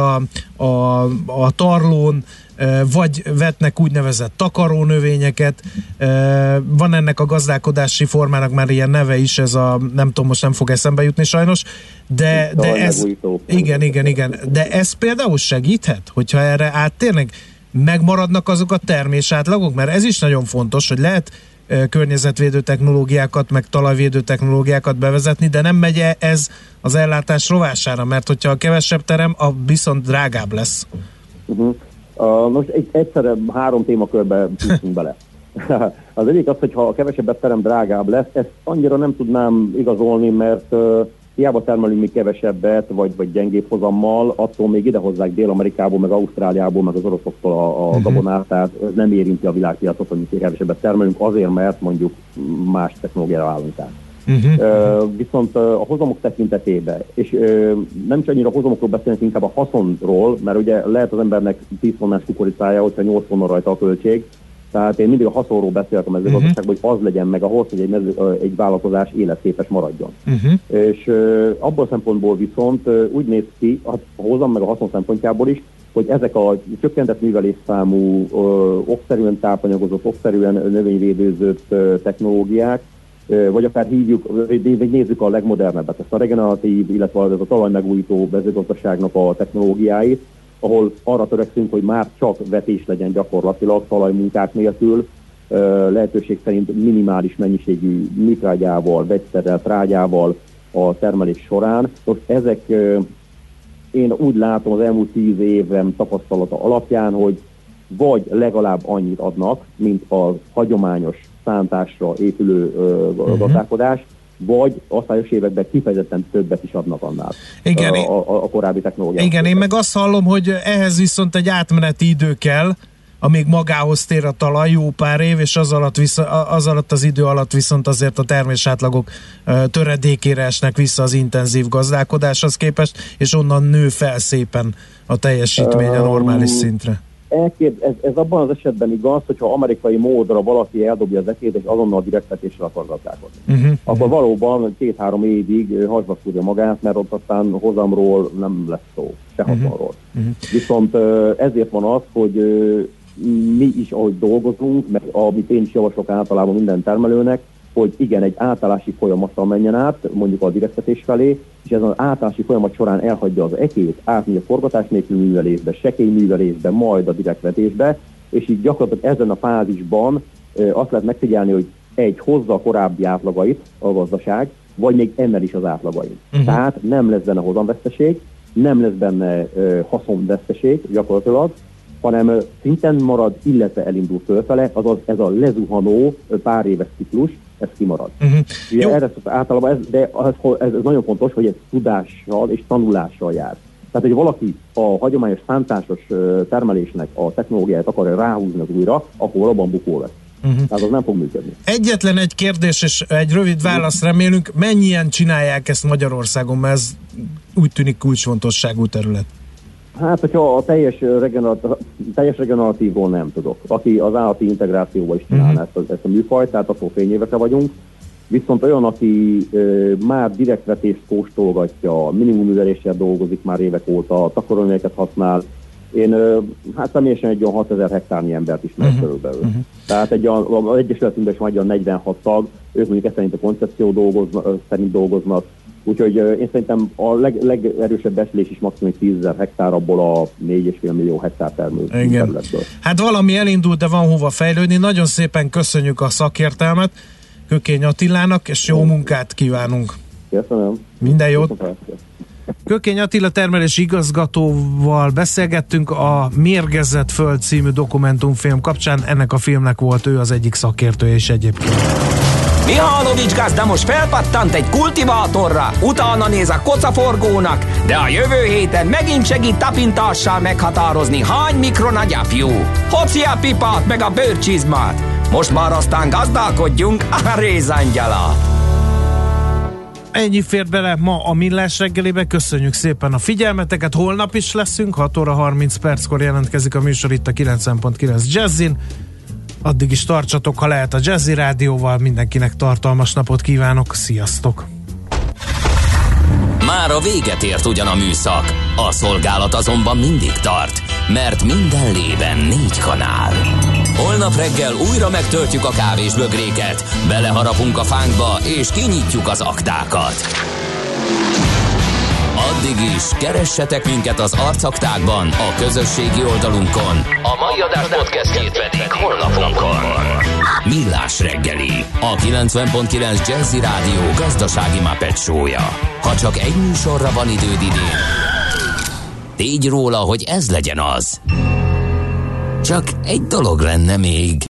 a tarlón, vagy vetnek úgynevezett takarónövényeket. Van ennek a gazdálkodási formának már ilyen neve is, ez a, nem tudom, most nem fog eszembe jutni sajnos, de ez, igen, de ez például segíthet, hogyha erre áttérnek, megmaradnak azok a termésátlagok, mert ez is nagyon fontos, hogy lehet környezetvédő technológiákat, meg talajvédő technológiákat bevezetni, de nem megy ez az ellátás rovására, mert hogyha a kevesebb terem, viszont drágább lesz. Most egyszerre 3 témakörbe tűzünk bele. Az egyik az, hogy ha a kevesebbet terem, drágább lesz, ezt annyira nem tudnám igazolni, mert hiába termelünk mi kevesebbet, vagy gyengébb hozammal, attól még idehozzák Dél-Amerikából, meg Ausztráliából, meg az oroszoktól a gabonát, tehát ez nem érinti a világpiacot, hogy mi kevesebbet termelünk, azért, mert mondjuk más technológiára állunk át. Viszont a hozamok tekintetében, és nem csak annyira a hozamokról beszélünk, inkább a haszonról, mert ugye lehet az embernek 10 tonnás kukoricája, hogyha 8 tonna rajta a költség, tehát én mindig a haszonról beszélek a mezőgazdaságban, hogy az legyen meg ahhoz, hogy egy vállalkozás életképes maradjon. És abból a szempontból viszont úgy néz ki, a hozam meg a haszon szempontjából is, hogy ezek a csökkentett művelésszámú, okszerűen tápanyagozott, okszerűen növényvédőzött technológiák, vagy akár hívjuk, vagy nézzük a legmodernebbet, ezt a regeneratív, illetve a talajmegújító mezőgazdaságnak a technológiáit, ahol arra törekszünk, hogy már csak vetés legyen gyakorlatilag talajmunkák nélkül, lehetőség szerint minimális mennyiségű műtrágyával, vegyszerrel, trágyával a termelés során. Most ezek, én úgy látom az elmúlt 10 évem tapasztalata alapján, hogy vagy legalább annyit adnak, mint a hagyományos szántásra épülő gazdálkodás, vagy osztályos években kifejezetten többet is adnak annál. Igen, a korábbi technológiák. Igen, én meg azt hallom, hogy ehhez viszont egy átmeneti idő kell, amíg magához tér a talaj, jó pár év, és az alatt az idő alatt viszont azért a termésátlagok töredékére esnek vissza az intenzív gazdálkodáshoz képest, és onnan nő fel szépen a teljesítmény a normális szintre. Ez abban az esetben igaz, hogyha amerikai módra valaki eldobja az ekét, és azonnal direktvetésre akar gazdálkodni. Akkor valóban 2-3 évig hasba szúrja magát, mert ott aztán hozamról nem lesz szó, se haszonról. Viszont ezért van az, hogy mi is, ahogy dolgozunk, meg amit én is javaslok általában minden termelőnek, hogy igen, egy átállási folyamaton menjen át, mondjuk a direktvetés felé, és ezen az átállási folyamat során elhagyja az ekét, átmegy a forgatás nélkül művelésbe, sekély művelésbe, majd a direktvetésbe, és így gyakorlatilag ezen a fázisban azt lehet megfigyelni, hogy hozza a korábbi átlagait a gazdaság, vagy még emel is az átlagait. Tehát nem lesz benne hozamveszteség, nem lesz benne haszonveszteség gyakorlatilag, hanem szinten marad, illetve elindul fölfele, azaz ez a lezuhanó pár éves ciklus, ez kimarad. Ugye erre általában, de ez nagyon fontos, hogy ez tudással és tanulással jár. Tehát, hogy valaki a hagyományos szántásos termelésnek a technológiáját akarja ráhúzni az újra, akkor abban bukó lesz. Tehát az nem fog működni. Egyetlen egy kérdés, és egy rövid választ remélünk, mennyien csinálják ezt Magyarországon, mert ez úgy tűnik kulcsfontosságú terület. Hát, hogyha a teljes regeneratívról nem tudok. Aki az állati integrációval is csinálná ezt a műfajt, tehát attól fényévekre vagyunk. Viszont olyan, aki már direktvetést kóstolgatja, minimum műveléssel dolgozik már évek óta, takaróanyageket használ. Én hát személyesen egy olyan 6000 hektárnyi embert ismerek körülbelül. Tehát az Egyesületünkben is majd 46 tag, ők mondjuk ezt szerint a koncepció szerint dolgoznak. Úgyhogy én szerintem a legerősebb becslés is maximum 10 000 hektár abból a 4,5 millió hektár termő területből. Hát valami elindult, de van hova fejlődni. Nagyon szépen köszönjük a szakértelmet Kökény Attilának, és jó munkát kívánunk. Köszönöm. Minden jót. Kökény Attila termelési igazgatóval beszélgettünk a Mérgezett Föld című dokumentumfilm kapcsán. Ennek a filmnek volt ő az egyik szakértője is egyébként. Mihálovics gazda most felpattant egy kultivátorra, utána néz a kocaforgónak, de a jövő héten megint segít tapintással meghatározni, hány mikron a gyapjú. Hoci a pipát meg a bőrcsizmát. Most már aztán gazdálkodjunk a rézangyala. Ennyi fért bele ma a Millás reggelibe. Köszönjük szépen a figyelmeteket. Holnap is leszünk, 6 óra 30 perckor jelentkezik a műsor itt a 90.9 Jazzin. Addig is tartsatok, ha lehet, a Jazzy Rádióval. Mindenkinek tartalmas napot kívánok. Sziasztok! Már a véget ért ugyan a műszak. A szolgálat azonban mindig tart, mert minden lében 4 kanál. Holnap reggel újra megtöltjük a kávésbögréket, beleharapunk a fánkba és kinyitjuk az aktákat. Addig is keressetek minket az arcaktákban, a közösségi oldalunkon. A mai adás podcastjét pedig honlapunkon. Millás reggeli, a 90.9 Jazzy Rádió gazdasági Muppet show-ja. Ha csak egy műsorra van időd idén, tégy róla, hogy ez legyen az. Csak egy dolog lenne még.